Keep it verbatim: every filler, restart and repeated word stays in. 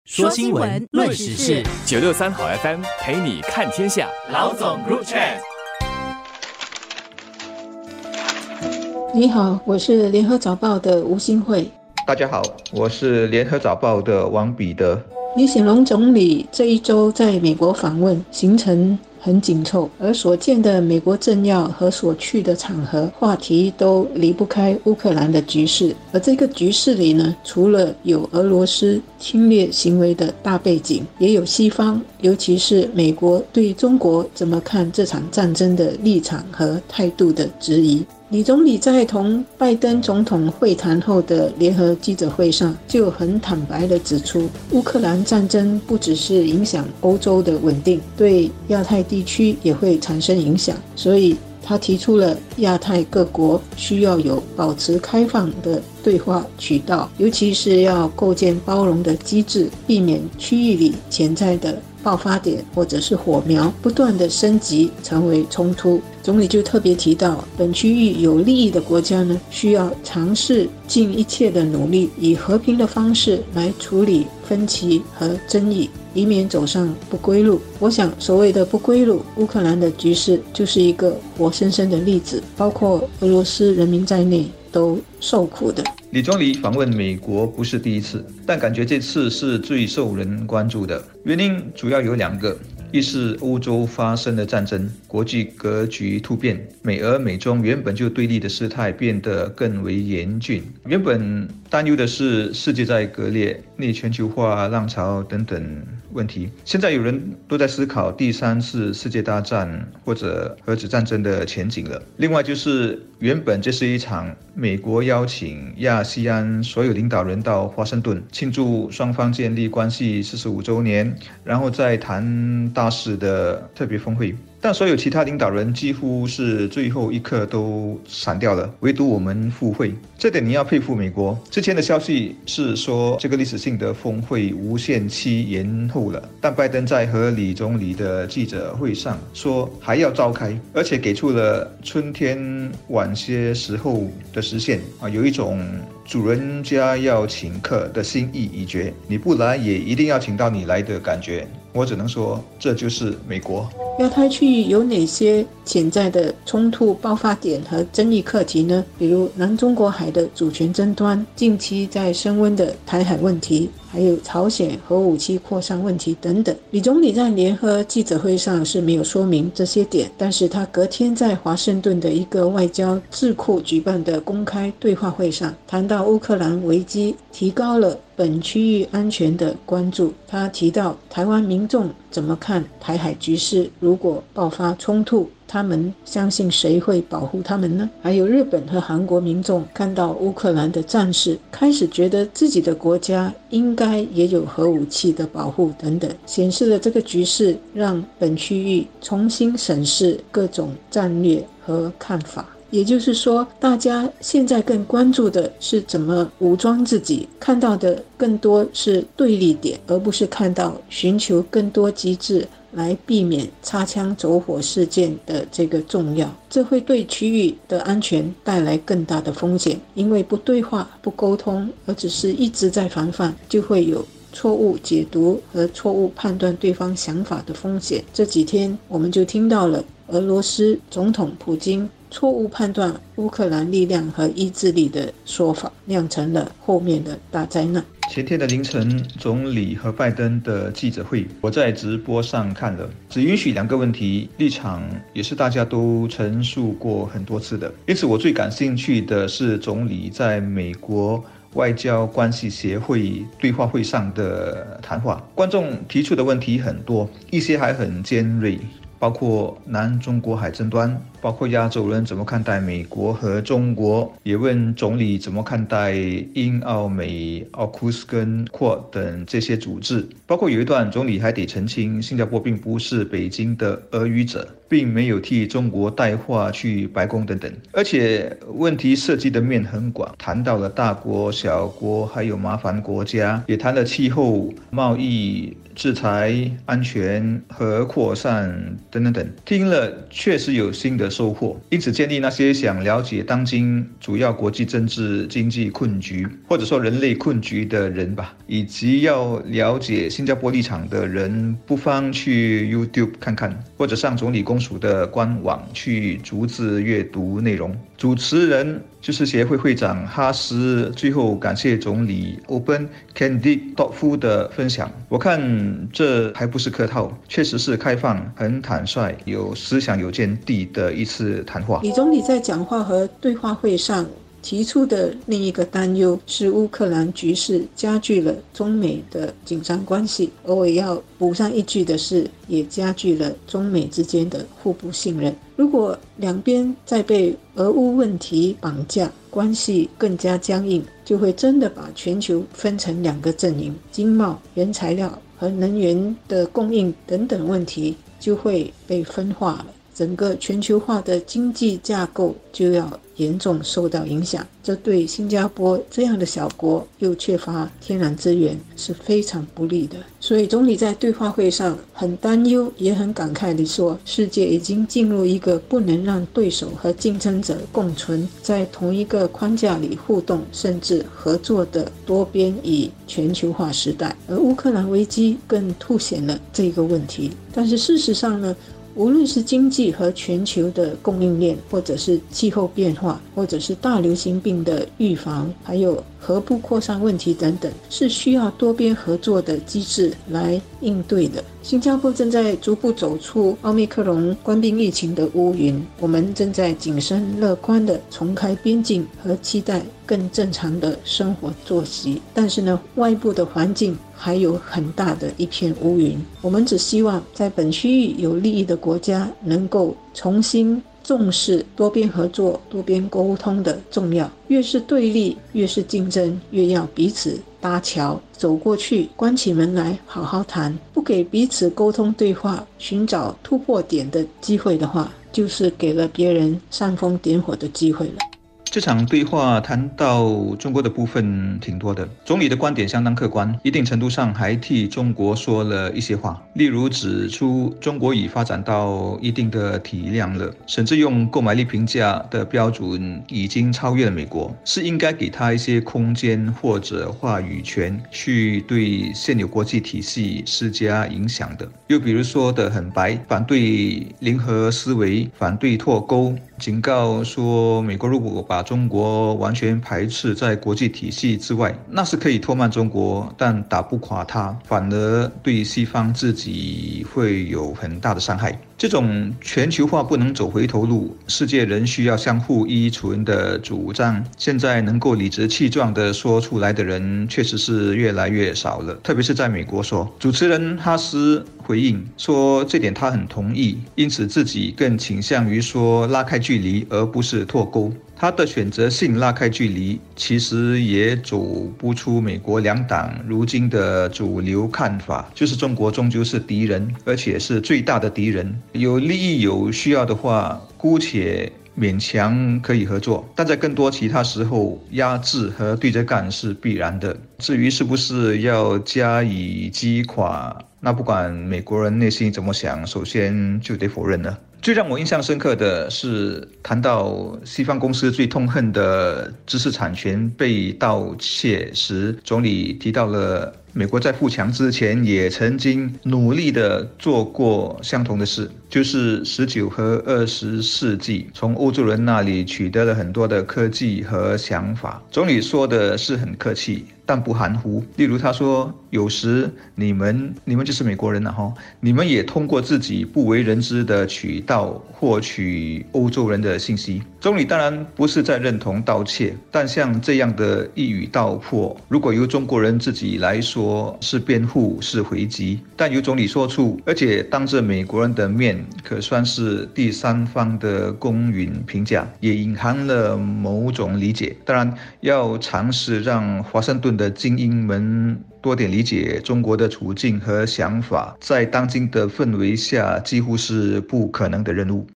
说新闻，论时事， 九六三好 F M 陪你看天下。 老总 Group Chat。 你好，我是联合早报的吴新慧。 大家好，我是联合早报的王彼得。 李显龙总理这一周在美国访问，行程很紧凑，而所见的美国政要和所去的场合话题都离不开乌克兰的局势。而这个局势里呢，除了有俄罗斯侵略行为的大背景，也有西方，尤其是美国对中国怎么看这场战争的立场和态度的质疑。李总理在同拜登总统会谈后的联合记者会上就很坦白地指出，乌克兰战争不只是影响欧洲的稳定，对亚太地区也会产生影响，所以他提出了亚太各国需要有保持开放的对话渠道，尤其是要构建包容的机制，避免区域里潜在的爆发点或者是火苗不断的升级成为冲突。总理就特别提到，本区域有利益的国家呢，需要尝试尽一切的努力，以和平的方式来处理分歧和争议，以免走上不归路。我想所谓的不归路，乌克兰的局势就是一个活生生的例子，包括俄罗斯人民在内都受苦的。 李总理访问美国不是第一次，但感觉这次是最受人关注的。原因主要有两个，一是欧洲发生了战争，国际格局突变，美俄美中原本就对立的事态变得更为严峻。原本担忧的是世界在割裂、内全球化浪潮等等问题，现在有人都在思考第三次世界大战或者核子战争的前景了。另外就是原本这是一场美国邀请亚细安所有领导人到华盛顿庆祝双方建立关系四十五周年，然后再谈大事的特别峰会，但所有其他领导人几乎是最后一刻都闪掉了，唯独我们赴会，这点你要佩服美国。之前的消息是说这个历史性的峰会无限期延后了，但拜登在和李总理的记者会上说还要召开，而且给出了春天晚些时候的时限啊，有一种主人家要请客的心意已决，你不来也一定要请到你来的感觉。我只能说这就是美国。 亚太区域有哪些潜在的冲突爆发点和争议课题呢？比如南中国海的主权争端，近期在升温的台海问题，还有朝鲜核武器扩散问题等等。李总理在联合记者会上是没有说明这些点，但是他隔天在华盛顿的一个外交智库举办的公开对话会上谈到乌克兰危机，提高了本区域安全的关注。他提到台湾民众怎么看台海局势，如果爆发冲突，他们相信谁会保护他们呢？还有日本和韩国民众看到乌克兰的战事，开始觉得自己的国家应该也有核武器的保护等等，显示了这个局势让本区域重新审视各种战略和看法。也就是说，大家现在更关注的是怎么武装自己，看到的更多是对立点，而不是看到寻求更多机制来避免擦枪走火事件的这个重要。这会对区域的安全带来更大的风险，因为不对话、不沟通，而只是一直在防范，就会有错误解读和错误判断对方想法的风险。这几天我们就听到了俄罗斯总统普京错误判断乌克兰力量和意志力的说法，酿成了后面的大灾难。 前天的凌晨，总理和拜登的记者会，我在直播上看了，只允许两个问题，立场也是大家都陈述过很多次的。因此我最感兴趣的是总理在美国外交关系协会对话会上的谈话。观众提出的问题很多，一些还很尖锐，包括南中国海争端，包括亚洲人怎么看待美国和中国，也问总理怎么看待英澳美奥库斯跟扩等这些组织，包括有一段总理还得澄清新加坡并不是北京的俄语者，并没有替中国带话去白宫等等。而且问题涉及的面很广，谈到了大国小国还有麻烦国家，也谈了气候、贸易、制裁、安全和扩散等等等。听了确实有新的收获。因此，建议那些想了解当今主要国际政治经济困局，或者说人类困局的人吧，以及要了解新加坡立场的人，不妨去 YouTube 看看，或者上总理公署的官网去逐字阅读内容。主持人就是协会会长哈斯，最后感谢总理 Open Candid Thoughtful 的分享。我看这还不是客套，确实是开放、很坦率、有思想、有见地的一次谈话。 李总理在讲话和对话会上提出的另一个担忧是乌克兰局势加剧了中美的紧张关系，而我要补上一句的是，也加剧了中美之间的互不信任。如果两边再被俄乌问题绑架，关系更加僵硬，就会真的把全球分成两个阵营，经贸、原材料和能源的供应等等问题就会被分化了，整个全球化的经济架构就要严重受到影响，这对新加坡这样的小国又缺乏天然资源是非常不利的。所以总理在对话会上很担忧，也很感慨地说，世界已经进入一个不能让对手和竞争者共存，在同一个框架里互动甚至合作的多边与全球化时代。而乌克兰危机更凸显了这个问题。但是事实上呢，无论是经济和全球的供应链，或者是气候变化，或者是大流行病的预防，还有核不扩散问题等等，是需要多边合作的机制来应对的。新加坡正在逐步走出奥密克戎冠病疫情的乌云，我们正在谨慎乐观地重开边境和期待更正常的生活作息。但是呢，外部的环境还有很大的一片乌云，我们只希望在本区域有利益的国家能够重新重视多边合作、多边沟通的重要。越是对立，越是竞争，越要彼此搭桥，走过去，关起门来好好谈。不给彼此沟通对话，寻找突破点的机会的话，就是给了别人煽风点火的机会了。 这场对话谈到中国的部分挺多的，总理的观点相当客观，一定程度上还替中国说了一些话，例如指出中国已发展到一定的体量了，甚至用购买力评价的标准已经超越了美国，是应该给他一些空间或者话语权去对现有国际体系施加影响的。又比如说的很白，反对零和思维，反对脱钩，警告说美国如果把中国完全排斥在国际体系之外，那是可以拖慢中国，但打不垮它，反而对西方自己会有很大的伤害。这种全球化不能走回头路，世界仍需要相互依存的主张，现在能够理直气壮地说出来的人确实是越来越少了，特别是在美国说。主持人哈斯回应说这点他很同意，因此自己更倾向于说拉开距离而不是脱钩。他的选择性拉开距离，其实也走不出美国两党如今的主流看法，就是中国终究是敌人，而且是最大的敌人。有利益有需要的话，姑且勉强可以合作，但在更多其他时候，压制和对着干是必然的。至于是不是要加以击垮，那不管美国人内心怎么想，首先就得否认了。最让我印象深刻的是谈到西方公司最痛恨的知识产权被盗窃时，总理提到了美国在富强之前也曾经努力地做过相同的事，就是十九和二十世纪从欧洲人那里取得了很多的科技和想法。总理说的是很客气，但不含糊。例如他说，有时你们你们就是美国人了哈，你们也通过自己不为人知的渠道获取欧洲人的信息。总理当然不是在认同盗窃，但像这样的一语道破，如果由中国人自己来说是辩护是回击，但由总理说出，而且当着美国人的面，可算是第三方的公允评价，也隐含了某种理解。当然要尝试让华盛顿的精英们多点理解中国的处境和想法，在当今的氛围下几乎是不可能的任务。